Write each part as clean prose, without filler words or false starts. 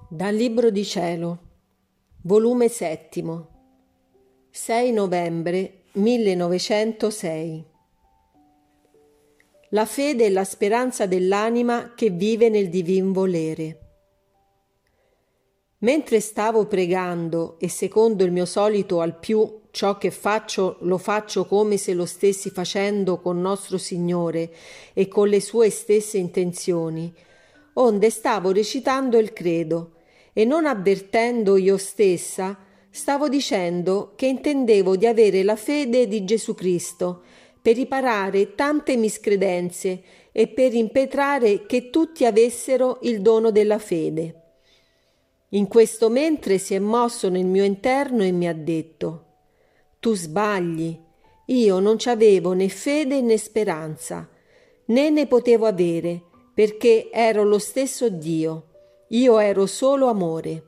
Dal Libro di Cielo, volume 7, 6 novembre 1906. La fede e la speranza dell'anima che vive nel divin volere. Mentre stavo pregando e secondo il mio solito al più ciò che faccio lo faccio come se lo stessi facendo con nostro Signore e con le sue stesse intenzioni, onde stavo recitando il credo e non avvertendo io stessa stavo dicendo che intendevo di avere la fede di Gesù Cristo per riparare tante miscredenze e per impetrare che tutti avessero il dono della fede. In questo mentre si è mosso nel mio interno e mi ha detto: tu sbagli, io non c'avevo né fede né speranza, né ne potevo avere, perché ero lo stesso Dio, io ero solo amore.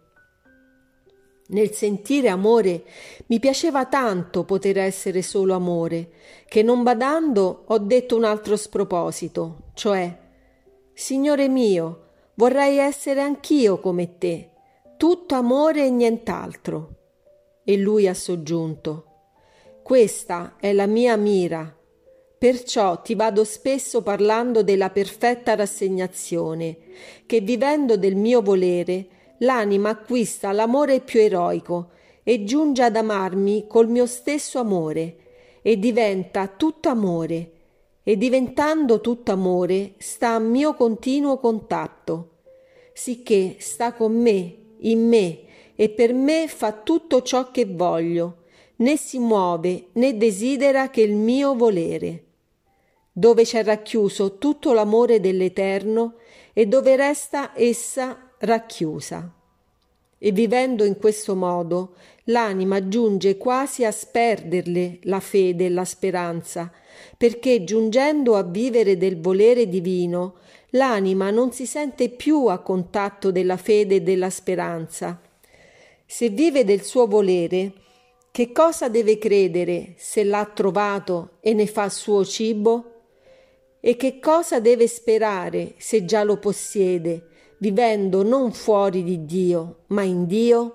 Nel sentire amore mi piaceva tanto poter essere solo amore, che non badando ho detto un altro sproposito, cioè: Signore mio, vorrei essere anch'io come te, tutto amore e nient'altro. E lui ha soggiunto: questa è la mia mira, perciò ti vado spesso parlando della perfetta rassegnazione, che vivendo del mio volere l'anima acquista l'amore più eroico e giunge ad amarmi col mio stesso amore e diventa tutto amore, e diventando tutto amore sta a mio continuo contatto, sicché sta con me, in me, e per me fa tutto ciò che voglio, né si muove né desidera che il mio volere, dove c'è racchiuso tutto l'amore dell'Eterno e dove resta essa racchiusa. E vivendo in questo modo l'anima giunge quasi a sperderle la fede e la speranza, perché giungendo a vivere del volere divino l'anima non si sente più a contatto della fede e della speranza. Se vive del suo volere, che cosa deve credere se l'ha trovato e ne fa suo cibo? E che cosa deve sperare se già lo possiede, vivendo non fuori di Dio, ma in Dio?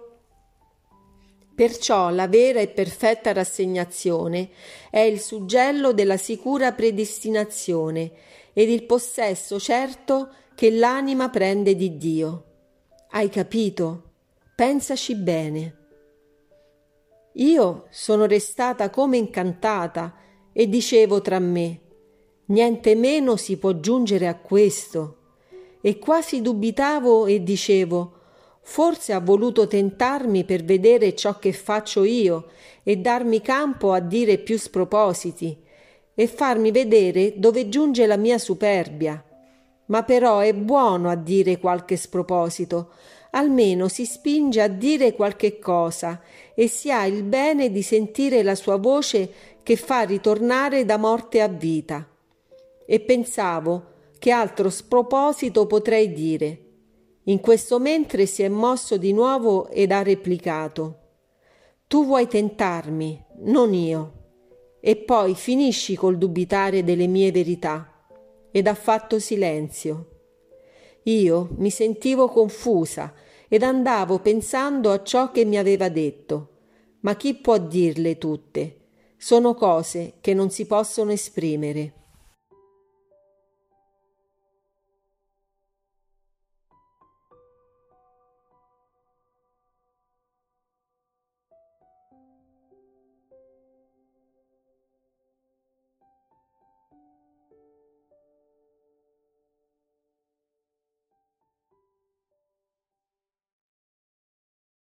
Perciò la vera e perfetta rassegnazione è il suggello della sicura predestinazione ed il possesso certo che l'anima prende di Dio. Hai capito? Pensaci bene. Io sono restata come incantata e dicevo tra me: niente meno si può giungere a questo, e quasi dubitavo e dicevo: forse ha voluto tentarmi per vedere ciò che faccio io e darmi campo a dire più spropositi e farmi vedere dove giunge la mia superbia. Ma però è buono a dire qualche sproposito, almeno si spinge a dire qualche cosa e si ha il bene di sentire la sua voce che fa ritornare da morte a vita. E pensavo: che altro sproposito potrei dire? In questo mentre si è mosso di nuovo ed ha replicato: tu vuoi tentarmi, non io, e poi finisci col dubitare delle mie verità. Ed ha fatto silenzio. Io mi sentivo confusa ed andavo pensando a ciò che mi aveva detto, ma chi può dirle tutte? Sono cose che non si possono esprimere.